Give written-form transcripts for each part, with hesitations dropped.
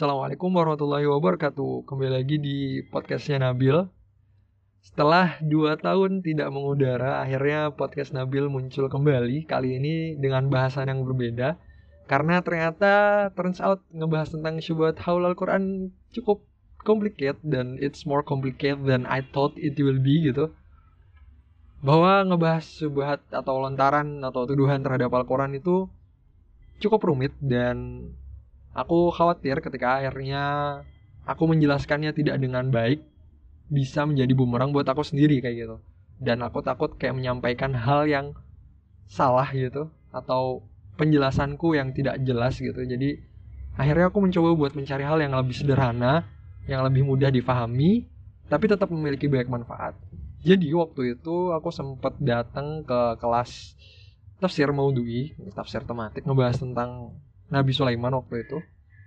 Assalamualaikum warahmatullahi wabarakatuh. Kembali lagi di podcastnya Nabil. Setelah 2 tahun tidak mengudara, akhirnya podcast Nabil muncul kembali. Kali ini dengan bahasan yang berbeda. Karena ternyata turns out ngebahas tentang syubhat haul Al-Quran cukup complicated. Dan it's more complicated than I thought it will be gitu. Bahwa ngebahas syubhat atau lontaran atau tuduhan terhadap Al-Quran itu cukup rumit. Dan aku khawatir ketika akhirnya aku menjelaskannya tidak dengan baik, bisa menjadi bumerang buat aku sendiri kayak gitu. Dan aku takut kayak menyampaikan hal yang salah gitu, atau penjelasanku yang tidak jelas gitu. Jadi akhirnya aku mencoba buat mencari hal yang lebih sederhana, yang lebih mudah difahami, tapi tetap memiliki banyak manfaat. Jadi waktu itu aku sempat datang ke kelas tafsir maudhu'i, tafsir tematik, ngebahas tentang Nabi Sulaiman waktu itu.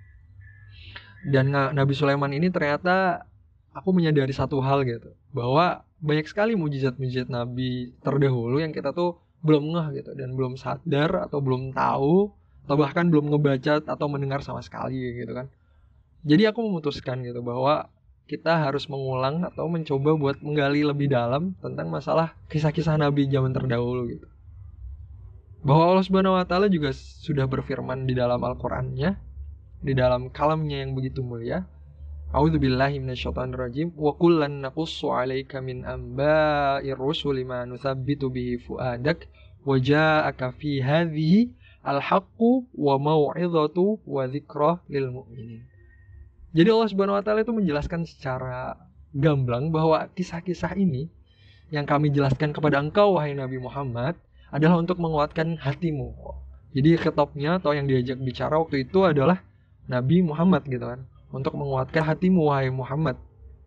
Dan Nabi Sulaiman ini ternyata aku menyadari satu hal gitu, bahwa banyak sekali mujizat-mujizat Nabi terdahulu yang kita tuh belum ngeh gitu, dan belum sadar atau belum tahu, atau bahkan belum ngebaca atau mendengar sama sekali gitu kan. Jadi aku memutuskan gitu bahwa kita harus mengulang atau mencoba buat menggali lebih dalam tentang masalah kisah-kisah Nabi zaman terdahulu gitu. Bahwa Allah Subhanahu wa taala juga sudah berfirman di dalam Al-Qur'annya, di dalam kalamnya yang begitu mulia, A'udzubillahi minasyaitonirrajim, wa kullan naqussu 'alaika min amba'ir rusuli ma nuthabbitu bihi fu'adak wa ja'aka fi hadhihi al-haqqu wa mau'izatu wa dzikra lil mu'minin. Jadi Allah Subhanahu wa taala itu menjelaskan secara gamblang bahwa kisah-kisah ini yang kami jelaskan kepada engkau wahai Nabi Muhammad adalah untuk menguatkan hatimu. Jadi khitabnya atau yang diajak bicara waktu itu adalah Nabi Muhammad gitu kan, untuk menguatkan hatimu wahai Muhammad.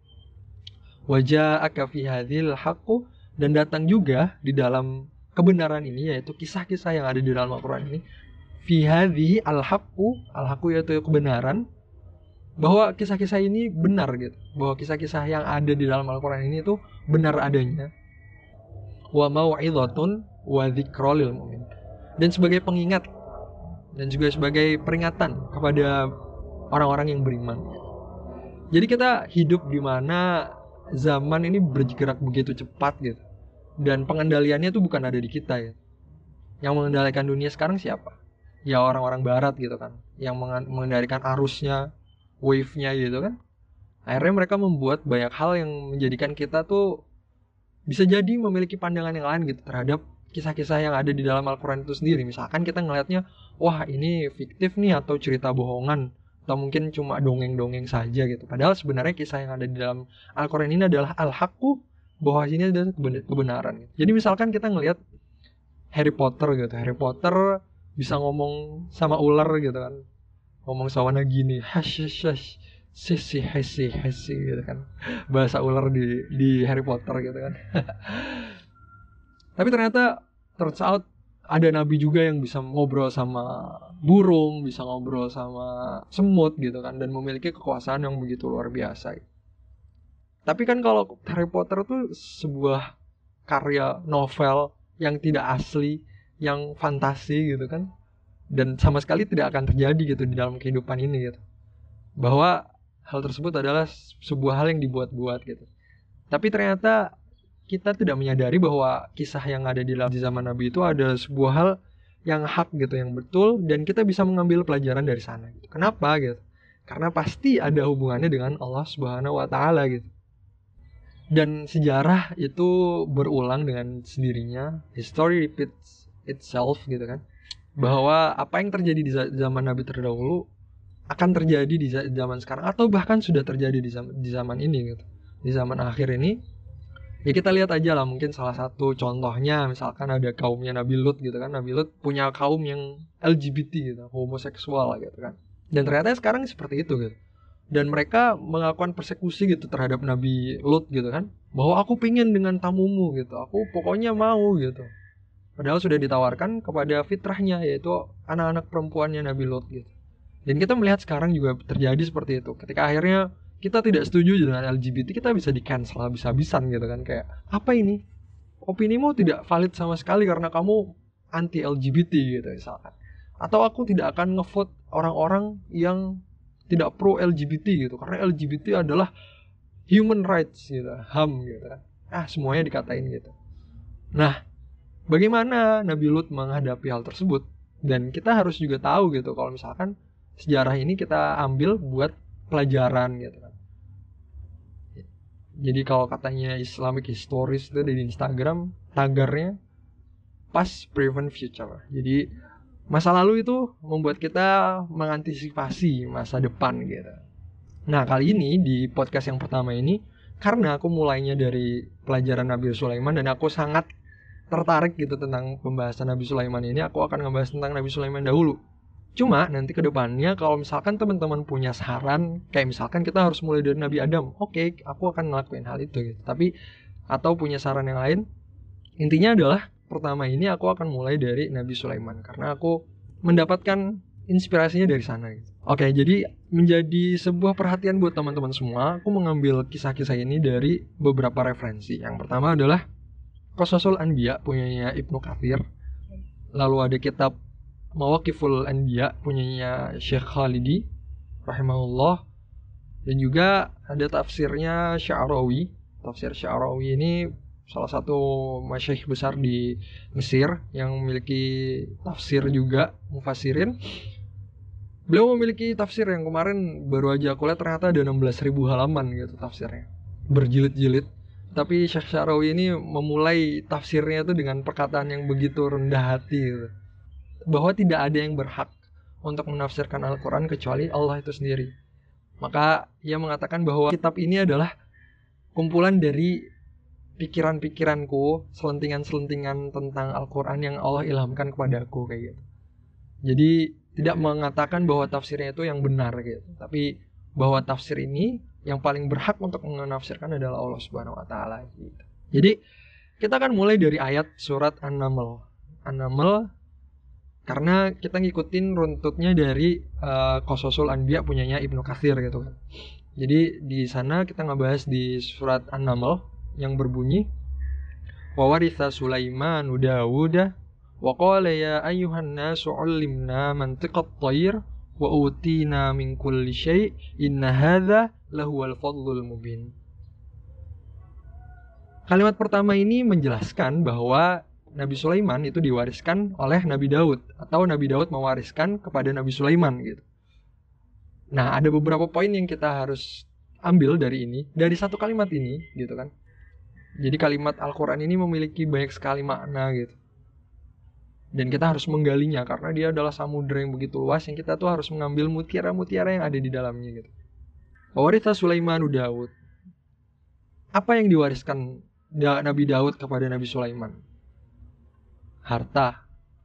Wa ja'aka fi hadzal haqqu, dan datang juga di dalam kebenaran ini, yaitu kisah-kisah yang ada di dalam Al-Qur'an ini. Fi hadhihi al-haqqu, al-haqqu yaitu kebenaran, bahwa kisah-kisah ini benar gitu, bahwa kisah-kisah yang ada di dalam Al-Qur'an ini tuh benar adanya. Wa mau'izatun wa dzikra lil mu'min, dan sebagai pengingat dan juga sebagai peringatan kepada orang-orang yang beriman. Jadi kita hidup di mana zaman ini bergerak begitu cepat gitu, dan pengendaliannya tuh bukan ada di kita ya. Yang mengendalikan dunia sekarang siapa? Ya orang-orang barat gitu kan, yang mengendalikan arusnya, wave-nya gitu kan. Akhirnya mereka membuat banyak hal yang menjadikan kita tuh bisa jadi memiliki pandangan yang lain gitu terhadap kisah-kisah yang ada di dalam Al-Quran itu sendiri. Misalkan kita ngelihatnya, wah ini fiktif nih, atau cerita bohongan, atau mungkin cuma dongeng-dongeng saja gitu. Padahal sebenarnya kisah yang ada di dalam Al-Quran ini adalah al-haqqu, bahwa ini adalah kebenaran gitu. Jadi misalkan kita ngelihat Harry Potter gitu, Harry Potter bisa ngomong sama ular gitu kan, ngomong sawana gini, hash sisi hesi gitu kan, bahasa ular di Harry Potter gitu kan. Tapi ternyata turns out ada nabi juga yang bisa ngobrol sama burung, bisa ngobrol sama semut gitu kan, dan memiliki kekuasaan yang begitu luar biasa. Tapi kan kalau Harry Potter tuh sebuah karya novel yang tidak asli, yang fantasi gitu kan, dan sama sekali tidak akan terjadi gitu di dalam kehidupan ini gitu. Bahwa hal tersebut adalah sebuah hal yang dibuat-buat gitu. Tapi ternyata kita tidak menyadari bahwa kisah yang ada di zaman Nabi itu ada sebuah hal yang hak gitu, yang betul, dan kita bisa mengambil pelajaran dari sana gitu. Kenapa gitu? Karena pasti ada hubungannya dengan Allah Subhanahu wa taala gitu. Dan sejarah itu berulang dengan sendirinya. History repeats itself gitu kan. Bahwa apa yang terjadi di zaman Nabi terdahulu akan terjadi di zaman sekarang, atau bahkan sudah terjadi di zaman ini gitu. Di zaman akhir ini, ya kita lihat aja lah, mungkin salah satu contohnya misalkan ada kaumnya Nabi Lut gitu kan. Nabi Lut punya kaum yang LGBT gitu, homoseksual gitu kan. Dan ternyata sekarang seperti itu gitu. Dan mereka melakukan persekusi gitu terhadap Nabi Lut gitu kan. Bahwa aku pingin dengan tamumu gitu, aku pokoknya mau gitu. Padahal sudah ditawarkan kepada fitrahnya, yaitu anak-anak perempuannya Nabi Lut gitu. Dan kita melihat sekarang juga terjadi seperti itu. Ketika akhirnya kita tidak setuju dengan LGBT, kita bisa di-cancel habis-habisan gitu kan. Kayak, apa ini? Opinimu tidak valid sama sekali karena kamu anti LGBT gitu misalkan. Atau aku tidak akan ngevote orang-orang yang tidak pro LGBT gitu, karena LGBT adalah human rights gitu, HAM gitu kan. Semuanya dikatain gitu. Nah, bagaimana Nabi Lut menghadapi hal tersebut? Dan kita harus juga tahu gitu, kalau misalkan sejarah ini kita ambil buat pelajaran gitu kan. Jadi kalau katanya Islamic Histories itu di Instagram, tagarnya past, prevent, future. Jadi masa lalu itu membuat kita mengantisipasi masa depan gitu. Nah, kali ini di podcast yang pertama ini, karena aku mulainya dari pelajaran Nabi Sulaiman dan aku sangat tertarik gitu tentang pembahasan Nabi Sulaiman ini, aku akan ngebahas tentang Nabi Sulaiman dahulu. Cuma nanti ke depannya kalau misalkan teman-teman punya saran, kayak misalkan kita harus mulai dari Nabi Adam, oke, aku akan ngelakuin hal itu gitu. Tapi atau punya saran yang lain, intinya adalah pertama ini aku akan mulai dari Nabi Sulaiman karena aku mendapatkan inspirasinya dari sana gitu. Oke, jadi menjadi sebuah perhatian buat teman-teman semua, aku mengambil kisah-kisah ini dari beberapa referensi. Yang pertama adalah Qasasul Anbiya punyanya Ibnu Katsir. Lalu ada kitab Mawaqiful Anbiya punyanya Syekh Khalidi rahimahullah, dan juga ada tafsirnya Sya'rawi. Tafsir Sya'rawi ini salah satu masyayikh besar di Mesir yang memiliki tafsir juga, mufassirin. Beliau memiliki tafsir yang kemarin baru aja aku lihat ternyata ada 16.000 halaman gitu tafsirnya, berjilid-jilid. Tapi Syekh Sya'rawi ini memulai tafsirnya itu dengan perkataan yang begitu rendah hati gitu, bahwa tidak ada yang berhak untuk menafsirkan Al-Quran kecuali Allah itu sendiri. Maka ia mengatakan bahwa kitab ini adalah kumpulan dari pikiran-pikiranku, selentingan-selentingan tentang Al-Quran yang Allah ilhamkan kepadaku kayak gitu. Jadi tidak mengatakan bahwa tafsirnya itu yang benar gitu, tapi bahwa tafsir ini yang paling berhak untuk menafsirkan adalah Allah Subhanahu wa taala gitu. Jadi kita akan mulai dari ayat surat An-Naml. An-Naml karena kita ngikutin runtutnya dari Qasasul Anbiya punyanya Ibnu Katsir gitu kan. Jadi di sana kita ngebahas di surat An-Naml yang berbunyi wa waritha Sulaimanu Dawuda wa qala ya ayyuhan nasu 'allimna mantiqat thair wa utina min kulli syai' inna hadza lahuwal fadlul mubin. Kalimat pertama ini menjelaskan bahwa Nabi Sulaiman itu diwariskan oleh Nabi Daud, atau Nabi Daud mewariskan kepada Nabi Sulaiman gitu. Nah, ada beberapa poin yang kita harus ambil dari ini, dari satu kalimat ini gitu kan. Jadi kalimat Al-Quran ini memiliki banyak sekali makna gitu. Dan kita harus menggalinya karena dia adalah samudera yang begitu luas yang kita tuh harus mengambil mutiara-mutiara yang ada di dalamnya gitu. Wawaritha Sulaimanu Daud. Apa yang diwariskan Nabi Daud kepada Nabi Sulaiman? Harta?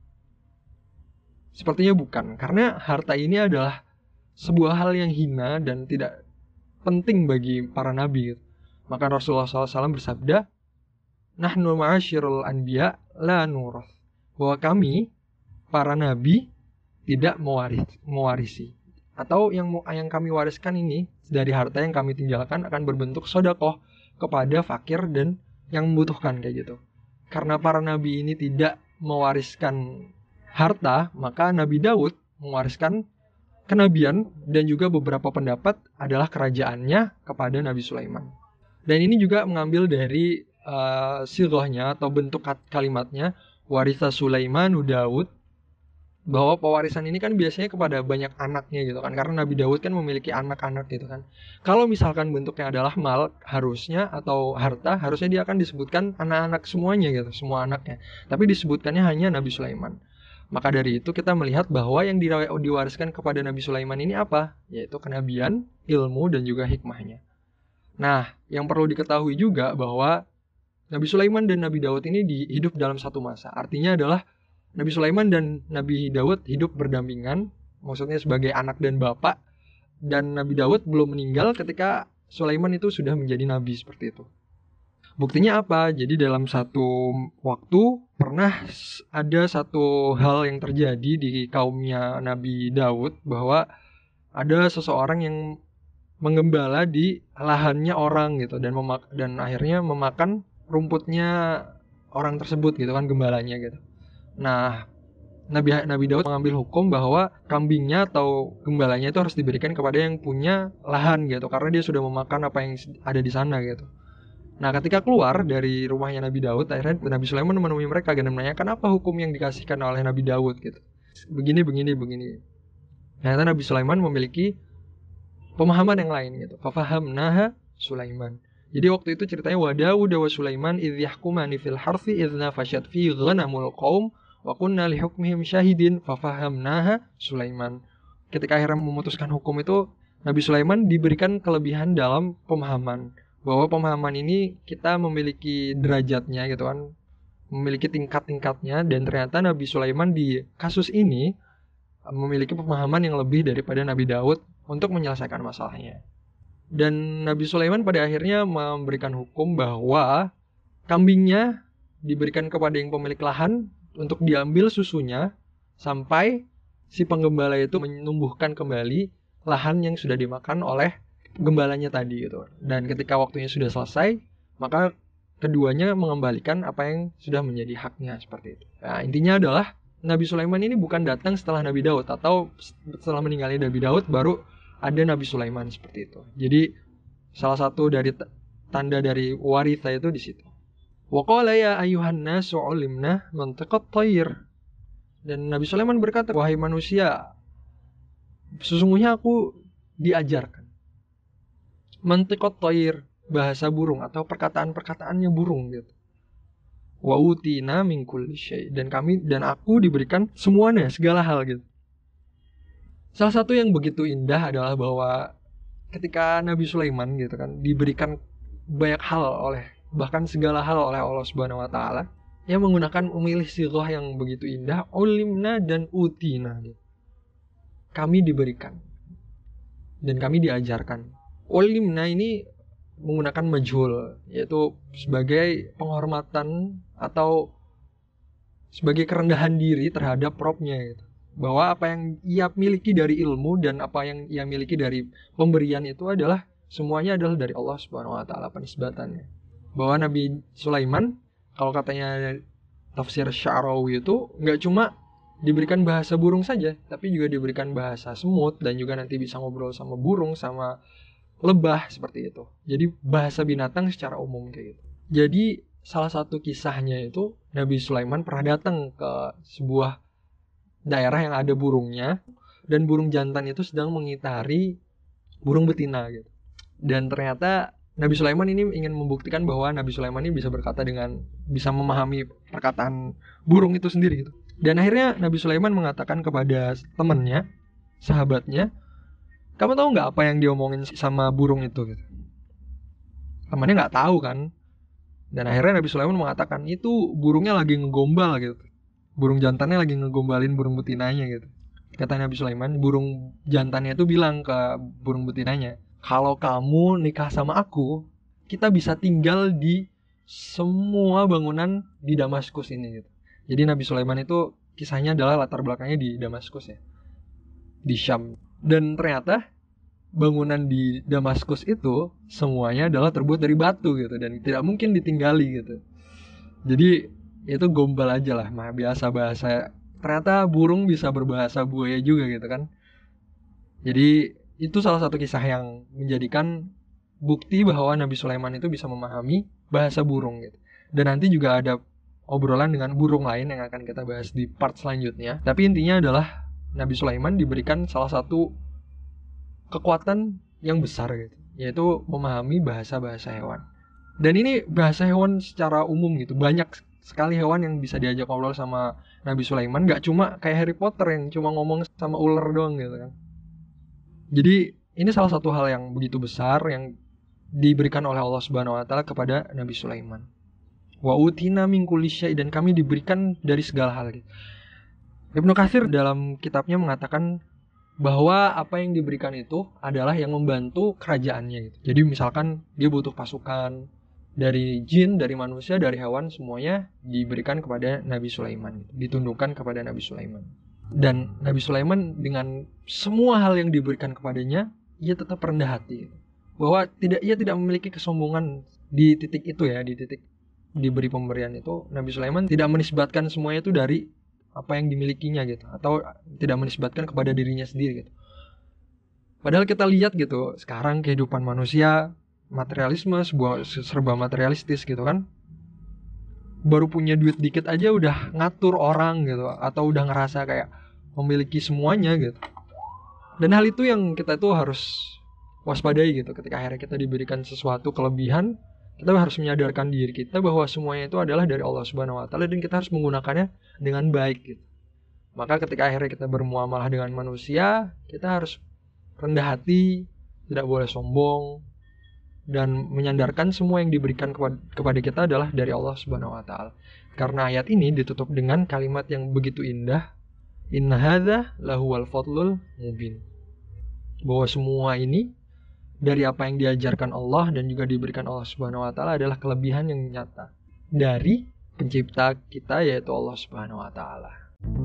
Sepertinya bukan, karena harta ini adalah sebuah hal yang hina dan tidak penting bagi para nabi. Maka Rasulullah SAW bersabda, nahnu ma'asyirul anbiya la nurath, bahwa kami para nabi tidak mewarisi, atau yang kami wariskan ini dari harta yang kami tinggalkan akan berbentuk sedekah kepada fakir dan yang membutuhkan kayak gitu. Karena para nabi ini tidak mewariskan harta, maka Nabi Daud mewariskan kenabian dan juga beberapa pendapat adalah kerajaannya kepada Nabi Sulaiman. Dan ini juga mengambil dari sighahnya atau bentuk kalimatnya waritha Sulaimanu Daud, bahwa pewarisan ini kan biasanya kepada banyak anaknya gitu kan, karena Nabi Daud kan memiliki anak-anak gitu kan. Kalau misalkan bentuknya adalah mal harusnya, atau harta, harusnya dia akan disebutkan anak-anak semuanya gitu, semua anaknya. Tapi disebutkannya hanya Nabi Sulaiman. Maka dari itu kita melihat bahwa yang diwariskan kepada Nabi Sulaiman ini apa? Yaitu kenabian, ilmu, dan juga hikmahnya. Nah, yang perlu diketahui juga bahwa Nabi Sulaiman dan Nabi Daud ini hidup dalam satu masa. Artinya adalah Nabi Sulaiman dan Nabi Daud hidup berdampingan, maksudnya sebagai anak dan bapak, dan Nabi Daud belum meninggal ketika Sulaiman itu sudah menjadi nabi seperti itu. Buktinya apa? Jadi dalam satu waktu pernah ada satu hal yang terjadi di kaumnya Nabi Daud, bahwa ada seseorang yang menggembala di lahannya orang gitu, dan akhirnya memakan rumputnya orang tersebut gitu kan, gembalanya gitu. Nah, Nabi Daud mengambil hukum bahwa kambingnya atau gembalanya itu harus diberikan kepada yang punya lahan gitu, karena dia sudah memakan apa yang ada di sana gitu. Nah, ketika keluar dari rumahnya Nabi Daud, akhirnya Nabi Sulaiman menemui mereka dan menanyakan apa hukum yang dikasihkan oleh Nabi Daud gitu. Begini. Ternyata Nabi Sulaiman memiliki pemahaman yang lain gitu. Fafahamnaha Sulaiman. Jadi waktu itu ceritanya wa Daud wa Sulaiman idh yahkumani fil harthi idh nafashat fi ghanamul qaum wa kunna li hukmihim syahidin fafahamnaha Sulaiman. Ketika akhirnya memutuskan hukum itu, Nabi Sulaiman diberikan kelebihan dalam pemahaman. Bahwa pemahaman ini kita memiliki derajatnya gitu kan, memiliki tingkat-tingkatnya, dan ternyata Nabi Sulaiman di kasus ini memiliki pemahaman yang lebih daripada Nabi Daud untuk menyelesaikan masalahnya. Dan Nabi Sulaiman pada akhirnya memberikan hukum bahwa kambingnya diberikan kepada yang pemilik lahan untuk diambil susunya sampai si penggembala itu menumbuhkan kembali lahan yang sudah dimakan oleh gembalanya tadi gitu. Dan ketika waktunya sudah selesai, maka keduanya mengembalikan apa yang sudah menjadi haknya seperti itu. Nah, intinya adalah Nabi Sulaiman ini bukan datang setelah Nabi Daud atau setelah meninggalnya Nabi Daud baru ada Nabi Sulaiman seperti itu. Jadi salah satu dari tanda dari waritha itu di situ. Wa qala ya ayyuhan nasu 'ulimna mantiqat thair. Dan Nabi Sulaiman berkata, wahai manusia, sesungguhnya aku diajarkan mantiqat thair, bahasa burung atau perkataan-perkataannya burung gitu. Wa utina min kulli syai, dan aku diberikan semuanya, segala hal gitu. Salah satu yang begitu indah adalah bahwa ketika Nabi Sulaiman gitu kan diberikan banyak hal bahkan segala hal oleh Allah Subhanahu wa taala, yang menggunakan memilih sighah yang begitu indah, ulimna dan utina gitu. Kami diberikan dan kami diajarkan. Ulimna ini menggunakan majhul, yaitu sebagai penghormatan atau sebagai kerendahan diri terhadap robnya gitu. Bahwa apa yang ia miliki dari ilmu dan apa yang ia miliki dari pemberian itu adalah semuanya adalah dari Allah Subhanahu wa taala penisbatannya. Bahwa Nabi Sulaiman, kalau katanya tafsir Sya'rawi itu, enggak cuma diberikan bahasa burung saja, tapi juga diberikan bahasa semut dan juga nanti bisa ngobrol sama burung sama lebah seperti itu. Jadi bahasa binatang secara umum kayak gitu. Jadi salah satu kisahnya itu Nabi Sulaiman pernah datang ke sebuah daerah yang ada burungnya, dan burung jantan itu sedang mengitari burung betina gitu. Dan ternyata Nabi Sulaiman ini ingin membuktikan bahwa Nabi Sulaiman ini bisa memahami perkataan burung itu sendiri gitu. Dan akhirnya Nabi Sulaiman mengatakan kepada temannya, sahabatnya, kamu tahu nggak apa yang diomongin sama burung itu gitu. Temannya nggak tahu kan. Dan akhirnya Nabi Sulaiman mengatakan itu burungnya lagi ngegombal gitu. Burung jantannya lagi ngegombalin burung betinanya gitu. Kata Nabi Sulaiman, burung jantannya itu bilang ke burung betinanya, kalau kamu nikah sama aku, kita bisa tinggal di semua bangunan di Damaskus ini gitu. Jadi Nabi Sulaiman itu kisahnya adalah latar belakangnya di Damaskus ya, di Syam. Dan ternyata bangunan di Damaskus itu semuanya adalah terbuat dari batu gitu, dan tidak mungkin ditinggali gitu. Jadi itu gombal aja lah, biasa bahasa. Ternyata burung bisa berbahasa buaya juga gitu kan. Jadi itu salah satu kisah yang menjadikan bukti bahwa Nabi Sulaiman itu bisa memahami bahasa burung gitu. Dan nanti juga ada obrolan dengan burung lain yang akan kita bahas di part selanjutnya. Tapi intinya adalah Nabi Sulaiman diberikan salah satu kekuatan yang besar gitu, yaitu memahami bahasa-bahasa hewan. Dan ini bahasa hewan secara umum gitu, banyak sekali hewan yang bisa diajak ngobrol sama Nabi Sulaiman. Gak cuma kayak Harry Potter yang cuma ngomong sama ular doang gitu kan. Jadi ini salah satu hal yang begitu besar yang diberikan oleh Allah Subhanahu wa taala kepada Nabi Sulaiman. Wa utina min kulli syai, dan kami diberikan dari segala hal gitu. Ibnu Katsir dalam kitabnya mengatakan bahwa apa yang diberikan itu adalah yang membantu kerajaannya gitu. Jadi misalkan dia butuh pasukan dari jin, dari manusia, dari hewan, semuanya diberikan kepada Nabi Sulaiman gitu. Ditundukkan kepada Nabi Sulaiman. Dan Nabi Sulaiman dengan semua hal yang diberikan kepadanya, ia tetap rendah hati gitu. Bahwa ia tidak memiliki kesombongan di titik itu ya, di titik diberi pemberian itu. Nabi Sulaiman tidak menisbatkan semuanya itu dari apa yang dimilikinya gitu, atau tidak menisbatkan kepada dirinya sendiri gitu. Padahal kita lihat gitu, sekarang kehidupan manusia materialisme, sebuah serba materialistis gitu kan. Baru punya duit dikit aja udah ngatur orang gitu, atau udah ngerasa kayak memiliki semuanya gitu. Dan hal itu yang kita tuh harus waspadai gitu. Ketika akhirnya kita diberikan sesuatu kelebihan, kita harus menyadarkan diri kita bahwa semuanya itu adalah dari Allah Subhanahu wa taala dan kita harus menggunakannya dengan baik gitu. Maka ketika akhirnya kita bermuamalah dengan manusia, kita harus rendah hati, tidak boleh sombong, dan menyandarkan semua yang diberikan kepada kita adalah dari Allah Subhanahu wa taala. Karena ayat ini ditutup dengan kalimat yang begitu indah, inna hadza lahuwal fadlul mubin. Bahwa semua ini dari apa yang diajarkan Allah dan juga diberikan Allah Subhanahu wa taala adalah kelebihan yang nyata dari pencipta kita, yaitu Allah Subhanahu wa taala.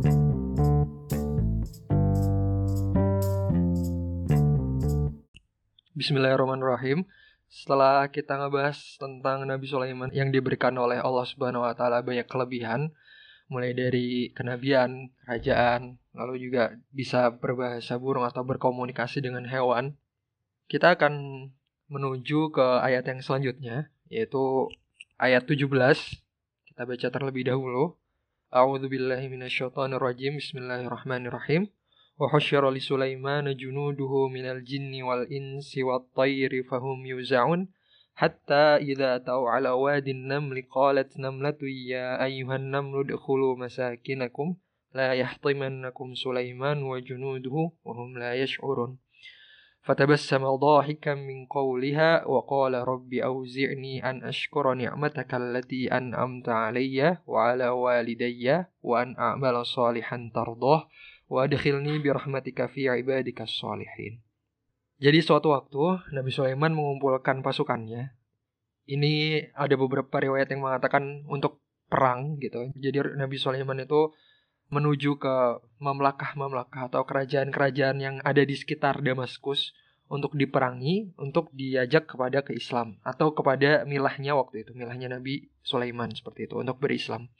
Bismillahirrahmanirrahim. Setelah kita ngebahas tentang Nabi Sulaiman yang diberikan oleh Allah Subhanahu wa taala banyak kelebihan, mulai dari kenabian, kerajaan, lalu juga bisa berbahasa burung atau berkomunikasi dengan hewan, kita akan menuju ke ayat yang selanjutnya, yaitu ayat 17. Kita baca terlebih dahulu. A'udzubillahi minasyaitonirrajim. Bismillahirrahmanirrahim. Wa hasyara li Sulaimana junuduhu minal jinni wal insi wat tayri fahum yuza'un hatta idza ta'u 'ala wadin namli qalat namlatu ya ayyuhan namlu udkhulu masakinakum la yahtimannakum Sulaiman wa junuduhu wa hum la yash'urun. Fatabassama dhahikan min qawliha wa qala rabbi awzi'ni an ashkura ni'mataka allati an'amta 'alayya wa 'ala walidayya wa an a'mala salihan tardah wa adkhilni bi rahmatika fi ibadikas sholihin. Jadi suatu waktu Nabi Sulaiman mengumpulkan pasukannya. Ini ada beberapa riwayat yang mengatakan untuk perang gitu. Jadi Nabi Sulaiman itu menuju ke mamlakah-mamlakah atau kerajaan-kerajaan yang ada di sekitar Damaskus untuk diperangi, untuk diajak kepada ke Islam atau kepada milahnya waktu itu, milahnya Nabi Sulaiman seperti itu, untuk berislam.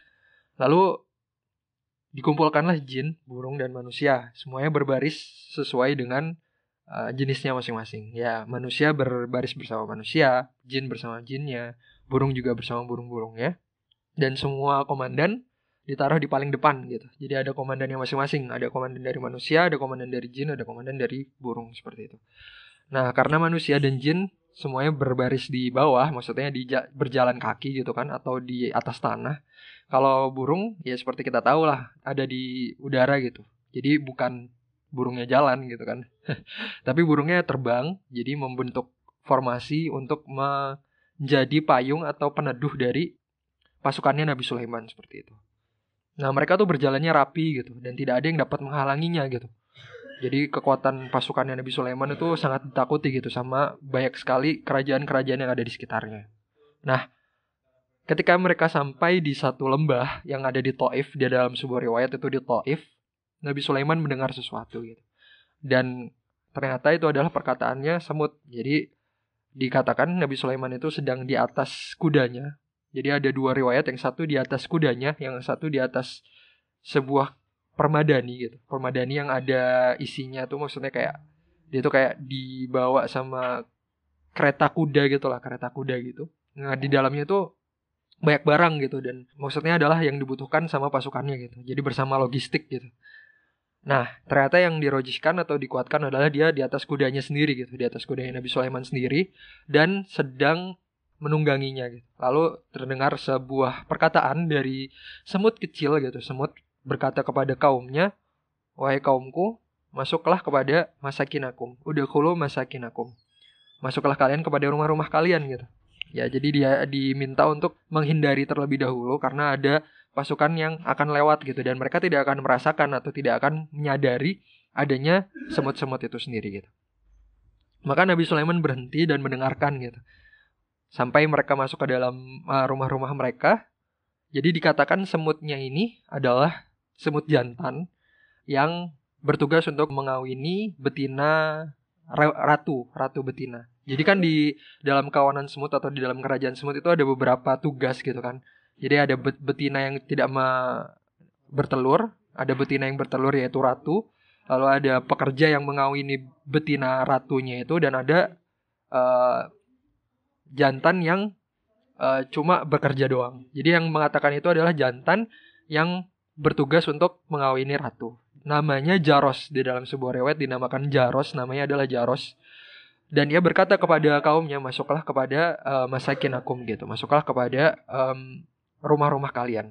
Lalu dikumpulkanlah jin, burung, dan manusia. Semuanya berbaris sesuai dengan jenisnya masing-masing. Ya, manusia berbaris bersama manusia, jin bersama jinnya, burung juga bersama burung-burungnya. Dan semua komandan ditaruh di paling depan gitu. Jadi ada komandannya masing-masing. Ada komandan dari manusia, ada komandan dari jin, ada komandan dari burung, seperti itu. Nah, karena manusia dan jin semuanya berbaris di bawah, maksudnya berjalan kaki gitu kan, atau di atas tanah. Kalau burung, ya seperti kita tahu lah, ada di udara gitu. Jadi bukan burungnya jalan gitu kan. Tapi burungnya terbang, jadi membentuk formasi untuk menjadi payung atau peneduh dari pasukannya Nabi Sulaiman seperti itu. Nah, mereka tuh berjalannya rapi gitu, dan tidak ada yang dapat menghalanginya gitu. Jadi kekuatan pasukannya Nabi Sulaiman itu sangat ditakuti gitu sama banyak sekali kerajaan-kerajaan yang ada di sekitarnya. Nah, ketika mereka sampai di satu lembah yang ada di Taif, di dalam sebuah riwayat itu di Taif, Nabi Sulaiman mendengar sesuatu gitu. Dan ternyata itu adalah perkataannya semut. Jadi dikatakan Nabi Sulaiman itu sedang di atas kudanya. Jadi ada dua riwayat, yang satu di atas kudanya, yang satu di atas sebuah permadani gitu. Permadani yang ada isinya tuh maksudnya kayak dia tuh kayak dibawa sama kereta kuda gitu lah, kereta kuda gitu. Nah, di dalamnya tuh banyak barang gitu, dan maksudnya adalah yang dibutuhkan sama pasukannya gitu. Jadi bersama logistik gitu. Nah, ternyata yang dirojihkan atau dikuatkan adalah dia di atas kudanya sendiri gitu, di atas kudanya Nabi Sulaiman sendiri dan sedang menungganginya gitu. Lalu terdengar sebuah perkataan dari semut kecil gitu. Semut berkata kepada kaumnya, wahai kaumku, masuklah kepada masakinakum, udkhulu masakinakum. Masuklah kalian kepada rumah-rumah kalian gitu. Ya, jadi dia diminta untuk menghindari terlebih dahulu karena ada pasukan yang akan lewat gitu, dan mereka tidak akan merasakan atau tidak akan menyadari adanya semut-semut itu sendiri gitu. Maka Nabi Sulaiman berhenti dan mendengarkan gitu. Sampai mereka masuk ke dalam rumah-rumah mereka. Jadi dikatakan semutnya ini adalah semut jantan yang bertugas untuk mengawini betina ratu betina. Jadi kan di dalam kawanan semut atau di dalam kerajaan semut itu ada beberapa tugas gitu kan. Jadi ada betina yang tidak bertelur, ada betina yang bertelur yaitu ratu, lalu ada pekerja yang mengawini betina ratunya itu, dan ada jantan yang cuma bekerja doang. Jadi yang mengatakan itu adalah jantan yang bertugas untuk mengawini ratu. Namanya Jaros, di dalam sebuah riwayat dinamakan Jaros, namanya adalah Jaros. Dan ia berkata kepada kaumnya, masuklah kepada masakinakum gitu, masuklah kepada rumah-rumah kalian.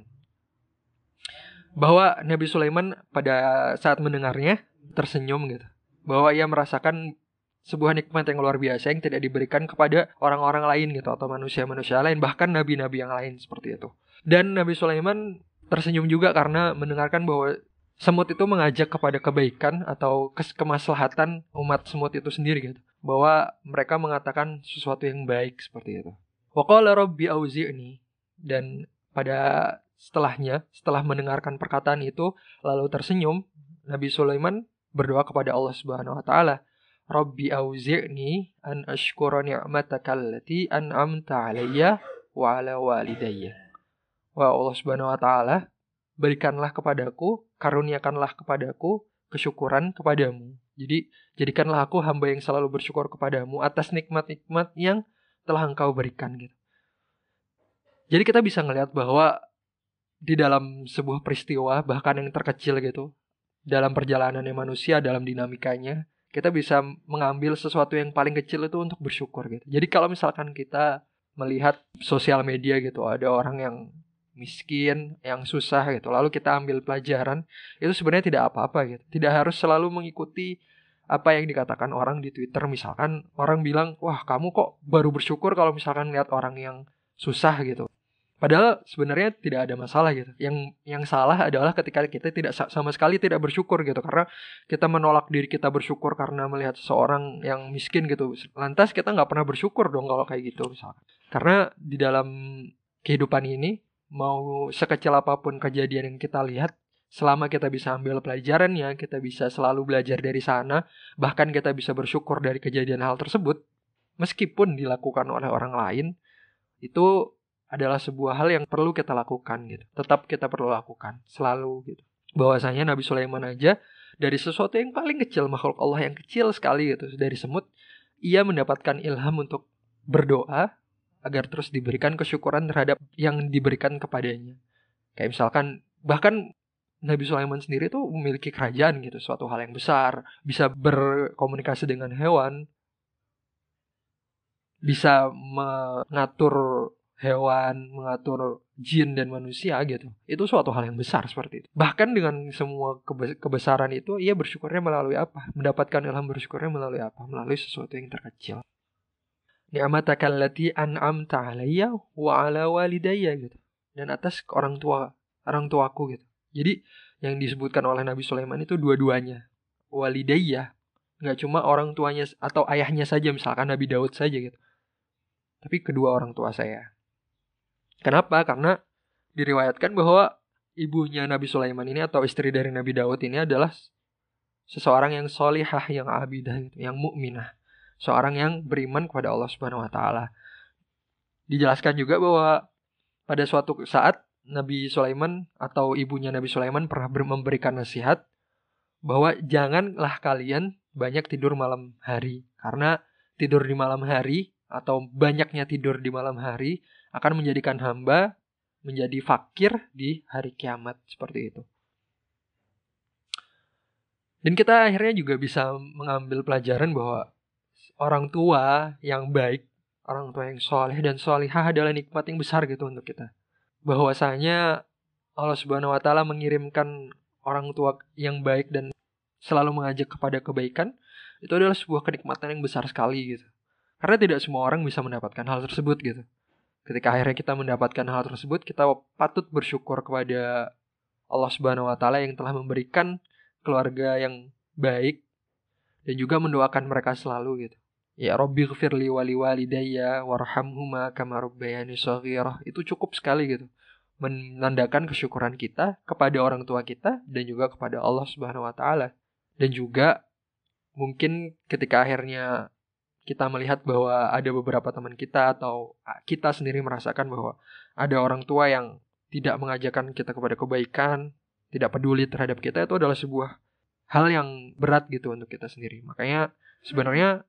Bahwa Nabi Sulaiman pada saat mendengarnya tersenyum gitu, bahwa ia merasakan sebuah nikmat yang luar biasa yang tidak diberikan kepada orang-orang lain gitu, atau manusia-manusia lain, bahkan nabi-nabi yang lain seperti itu. Dan Nabi Sulaiman tersenyum juga karena mendengarkan bahwa semut itu mengajak kepada kebaikan atau kemaslahatan umat semut itu sendiri gitu, bahwa mereka mengatakan sesuatu yang baik seperti itu. Wa qala rabbi auzi'ni, dan pada setelahnya, setelah mendengarkan perkataan itu lalu tersenyum, Nabi Sulaiman berdoa kepada Allah Subhanahu wa taala, Rabbi auzi'ni an ashkura ni'mataka allati an'amta 'alayya wa 'ala walidayya. Wa Allah Subhanahu wa taala, berikanlah kepadaku, karuniakanlah kepadaku kesyukuran kepadamu. Jadi jadikanlah aku hamba yang selalu bersyukur kepadamu atas nikmat-nikmat yang telah engkau berikan gitu. Jadi kita bisa ngelihat bahwa di dalam sebuah peristiwa, bahkan yang terkecil gitu, dalam perjalanannya manusia, dalam dinamikanya, kita bisa mengambil sesuatu yang paling kecil itu untuk bersyukur gitu. Jadi kalau misalkan kita melihat sosial media gitu, ada orang yang miskin, yang susah gitu, lalu kita ambil pelajaran, itu sebenarnya tidak apa-apa gitu. Tidak harus selalu mengikuti apa yang dikatakan orang di Twitter. Misalkan orang bilang, wah kamu kok baru bersyukur kalau misalkan lihat orang yang susah gitu. Padahal sebenarnya tidak ada masalah gitu. Yang salah adalah ketika kita tidak sama sekali tidak bersyukur gitu, karena kita menolak diri kita bersyukur karena melihat seseorang yang miskin gitu. Lantas kita nggak pernah bersyukur dong kalau kayak gitu misalkan. Karena di dalam kehidupan ini, mau sekecil apapun kejadian yang kita lihat, selama kita bisa ambil pelajarannya, kita bisa selalu belajar dari sana, bahkan kita bisa bersyukur dari kejadian hal tersebut, meskipun dilakukan oleh orang lain, itu adalah sebuah hal yang perlu kita lakukan gitu. Tetap kita perlu lakukan selalu gitu. Bahwasanya Nabi Sulaiman aja dari sesuatu yang paling kecil, makhluk Allah yang kecil sekali gitu, dari semut, ia mendapatkan ilham untuk berdoa agar terus diberikan kesyukuran terhadap yang diberikan kepadanya. Kayak misalkan bahkan Nabi Sulaiman sendiri tuh memiliki kerajaan gitu, suatu hal yang besar, bisa berkomunikasi dengan hewan, bisa mengatur hewan, mengatur jin dan manusia gitu. Itu suatu hal yang besar seperti itu. Bahkan dengan semua kebesaran itu, ia bersyukurnya melalui apa? Mendapatkan ilham bersyukurnya melalui apa? Melalui sesuatu yang terkecil. Ni'mataka allati an'amta 'alayya wa 'ala walidayya gitu. Dan atas orang tuaku gitu. Jadi yang disebutkan oleh Nabi Sulaiman itu dua-duanya. Walidayya, enggak cuma orang tuanya atau ayahnya saja, misalkan Nabi Daud saja gitu. Tapi kedua orang tua saya. Kenapa? Karena diriwayatkan bahwa ibunya Nabi Sulaiman ini atau istri dari Nabi Daud ini adalah seseorang yang solihah, yang abidah, yang mukminah, seorang yang beriman kepada Allah Subhanahu wa taala. Dijelaskan juga bahwa pada suatu saat Nabi Sulaiman atau ibunya Nabi Sulaiman pernah memberikan nasihat bahwa janganlah kalian banyak tidur malam hari, karena tidur di malam hari atau banyaknya tidur di malam hari akan menjadikan hamba menjadi fakir di hari kiamat, seperti itu. Dan kita akhirnya juga bisa mengambil pelajaran bahwa orang tua yang baik, orang tua yang soleh dan solihah adalah nikmat yang besar gitu untuk kita. Bahwasanya Allah Subhanahu wa taala mengirimkan orang tua yang baik dan selalu mengajak kepada kebaikan, itu adalah sebuah kenikmatan yang besar sekali gitu. Karena tidak semua orang bisa mendapatkan hal tersebut gitu. Ketika akhirnya kita mendapatkan hal tersebut, kita patut bersyukur kepada Allah Subhanahu wa taala yang telah memberikan keluarga yang baik dan juga mendoakan mereka selalu gitu. Ya Rabbi ghfirli wa liwalidayya warhamhuma kama rabbayani shaghira. Itu cukup sekali gitu. Menandakan kesyukuran kita kepada orang tua kita dan juga kepada Allah Subhanahu wa taala. Dan juga mungkin ketika akhirnya kita melihat bahwa ada beberapa teman kita atau kita sendiri merasakan bahwa ada orang tua yang tidak mengajarkan kita kepada kebaikan, tidak peduli terhadap kita, itu adalah sebuah hal yang berat gitu untuk kita sendiri. Makanya sebenarnya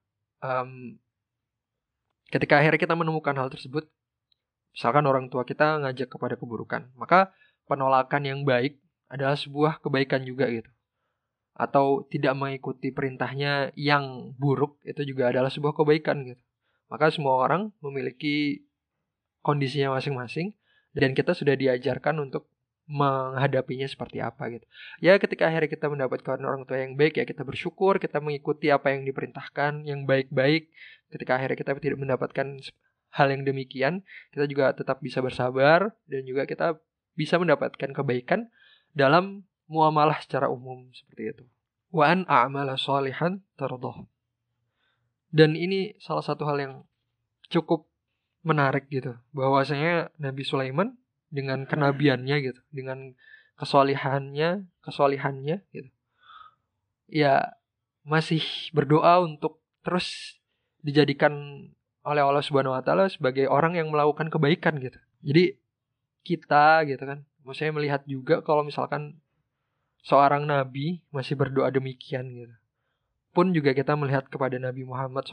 ketika akhirnya kita menemukan hal tersebut, misalkan orang tua kita ngajak kepada keburukan, maka penolakan yang baik adalah sebuah kebaikan juga gitu. Atau tidak mengikuti perintahnya yang buruk, itu juga adalah sebuah kebaikan gitu. Maka semua orang memiliki kondisinya masing-masing, dan kita sudah diajarkan untuk menghadapinya seperti apa gitu. Ya ketika akhirnya kita mendapatkan orang tua yang baik, ya kita bersyukur, kita mengikuti apa yang diperintahkan, yang baik-baik. Ketika akhirnya kita tidak mendapatkan hal yang demikian, kita juga tetap bisa bersabar, dan juga kita bisa mendapatkan kebaikan dalam muamalah secara umum seperti itu. Wa an a'mala sholihan tardah. Dan ini salah satu hal yang cukup menarik gitu, bahwasanya Nabi Sulaiman dengan kenabiannya gitu, dengan kesolihannya gitu, ya masih berdoa untuk terus dijadikan oleh Allah Subhanahu wa taala sebagai orang yang melakukan kebaikan gitu. Jadi kita gitu kan, maksudnya melihat juga kalau misalkan seorang nabi masih berdoa demikian gitu. Pun juga kita melihat kepada Nabi Muhammad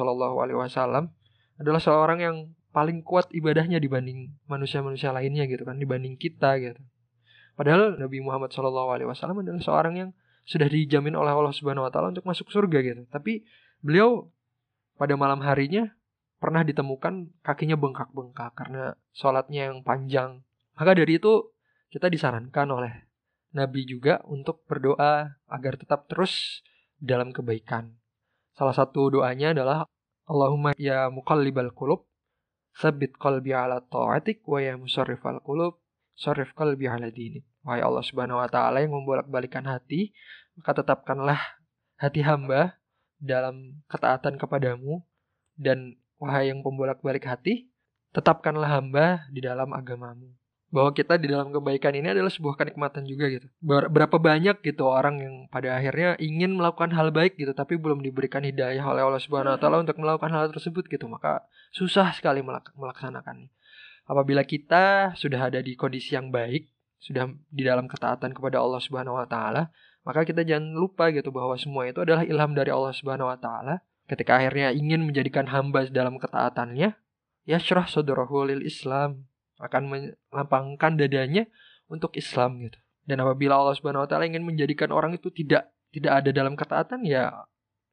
SAW adalah seorang yang paling kuat ibadahnya dibanding manusia-manusia lainnya gitu kan, dibanding kita gitu. Padahal Nabi Muhammad SAW adalah seorang yang sudah dijamin oleh Allah Subhanahu wa taala untuk masuk surga gitu. Tapi beliau pada malam harinya pernah ditemukan kakinya bengkak-bengkak karena sholatnya yang panjang. Maka dari itu kita disarankan oleh Nabi juga untuk berdoa agar tetap terus dalam kebaikan. Salah satu doanya adalah Allahumma ya muqallibal qulub tsabbit qalbi ala ta'atik wa ya musarrifal qulub sarrif qalbi ala dinik. Wahai Allah Subhanahu wa taala yang membolak-balikan hati, maka tetapkanlah hati hamba dalam ketaatan kepadamu, dan wahai yang pembolak-balik hati, tetapkanlah hamba di dalam agamamu. Bahwa kita di dalam kebaikan ini adalah sebuah kenikmatan juga gitu. Berapa banyak gitu orang yang pada akhirnya ingin melakukan hal baik gitu, tapi belum diberikan hidayah oleh Allah Subhanahu wa taala untuk melakukan hal tersebut gitu. Maka susah sekali melaksanakannya. Apabila kita sudah ada di kondisi yang baik, sudah di dalam ketaatan kepada Allah Subhanahu wa taala, maka kita jangan lupa gitu bahwa semua itu adalah ilham dari Allah Subhanahu wa taala. Ketika akhirnya ingin menjadikan hamba dalam ketaatannya, yashrah sadrahu lil Islam, akan melapangkan dadanya untuk Islam gitu. Dan apabila Allah Subhanahu wa taala ingin menjadikan orang itu tidak ada dalam ketaatan, ya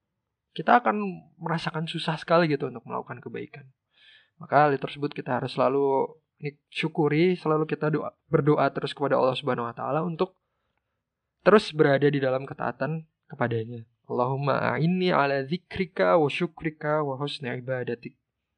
kita akan merasakan susah sekali gitu untuk melakukan kebaikan. Maka hal tersebut kita harus selalu syukuri, selalu kita berdoa terus kepada Allah Subhanahu wa taala untuk terus berada di dalam ketaatan kepadanya. Allahumma a'inni ala dzikrika wa syukrika wa husni ibadatik.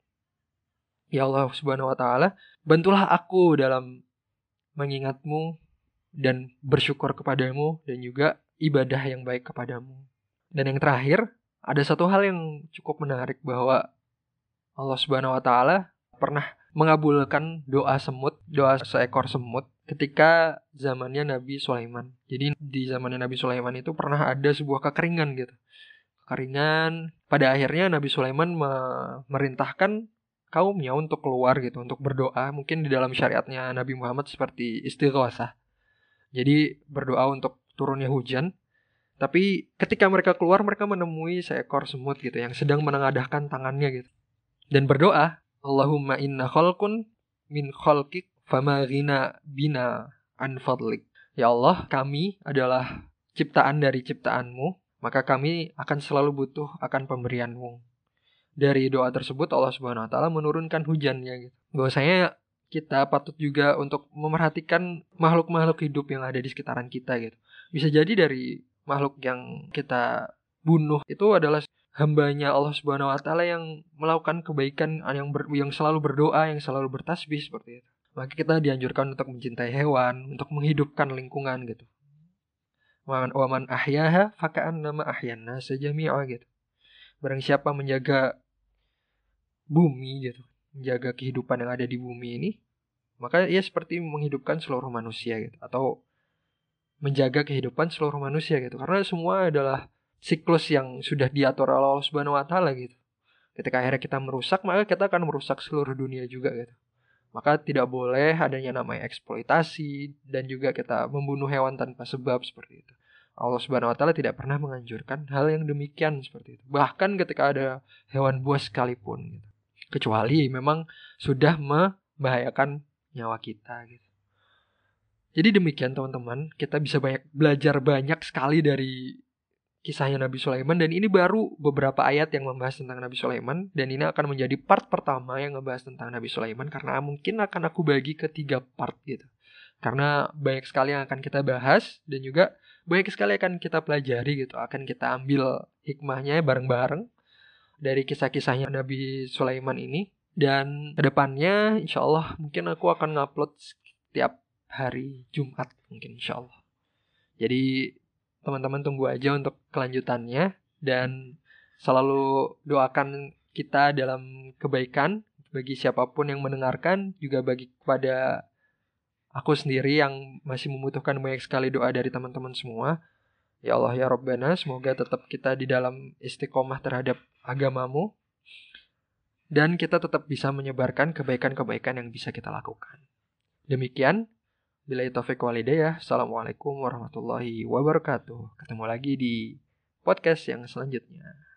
Ya Allah Subhanahu wa taala, bantulah aku dalam mengingatmu dan bersyukur kepadamu, dan juga ibadah yang baik kepadamu. Dan yang terakhir, ada satu hal yang cukup menarik, bahwa Allah Subhanahu wa taala pernah mengabulkan doa seekor semut ketika zamannya Nabi Sulaiman. Jadi di zamannya Nabi Sulaiman itu pernah ada sebuah kekeringan gitu. Kekeringan, pada akhirnya Nabi Sulaiman memerintahkan kaumnya untuk keluar gitu, untuk berdoa. Mungkin di dalam syariatnya Nabi Muhammad seperti istighosah. Jadi berdoa untuk turunnya hujan. Tapi ketika mereka keluar, mereka menemui seekor semut gitu yang sedang menengadahkan tangannya gitu. Dan berdoa, Allahumma inna khalqun min khalqik fama ghina bina an fadlik. Ya Allah, kami adalah ciptaan dari ciptaanmu, maka kami akan selalu butuh akan pemberianmu. Dari doa tersebut Allah Subhanahu wa taala menurunkan hujannya gitu. Bahwasanya kita patut juga untuk memerhatikan makhluk-makhluk hidup yang ada di sekitaran kita gitu. Bisa jadi dari makhluk yang kita bunuh itu adalah hambanya Allah Subhanahu wa taala yang melakukan kebaikan, yang selalu berdoa, yang selalu bertasbih seperti itu. Maka kita dianjurkan untuk mencintai hewan, untuk menghidupkan lingkungan gitu. Wa man ahyaha faka'annama ahyanna sajami'a gitu. Barang siapa menjaga bumi gitu, menjaga kehidupan yang ada di bumi ini, maka ia seperti menghidupkan seluruh manusia gitu, atau menjaga kehidupan seluruh manusia gitu. Karena semua adalah siklus yang sudah diatur oleh Allah Subhanahu wa taala gitu. Ketika akhirnya kita merusak, maka kita akan merusak seluruh dunia juga gitu. Maka tidak boleh adanya namanya eksploitasi dan juga kita membunuh hewan tanpa sebab seperti itu. Allah Subhanahu wa taala tidak pernah menganjurkan hal yang demikian seperti itu. Bahkan ketika ada hewan buas sekalipun gitu. Kecuali memang sudah membahayakan nyawa kita gitu. Jadi demikian teman-teman, kita bisa belajar banyak sekali dari kisahnya Nabi Sulaiman, dan ini baru beberapa ayat yang membahas tentang Nabi Sulaiman, dan ini akan menjadi part pertama yang ngebahas tentang Nabi Sulaiman karena mungkin akan aku bagi ke 3 part gitu. Karena banyak sekali yang akan kita bahas dan juga banyak sekali akan kita pelajari gitu, akan kita ambil hikmahnya bareng-bareng dari kisah-kisahnya Nabi Sulaiman ini. Dan kedepannya insya Allah mungkin aku akan ngupload setiap hari Jumat mungkin insya Allah. Jadi teman-teman tunggu aja untuk kelanjutannya, dan selalu doakan kita dalam kebaikan bagi siapapun yang mendengarkan, juga bagi kepada aku sendiri yang masih membutuhkan banyak sekali doa dari teman-teman semua. Ya Allah ya Rabbana, semoga tetap kita di dalam istiqomah terhadap agamamu, dan kita tetap bisa menyebarkan kebaikan-kebaikan yang bisa kita lakukan. Demikian. Billahi taufiq walhidayah. Assalamualaikum warahmatullahi wabarakatuh. Ketemu lagi di podcast yang selanjutnya.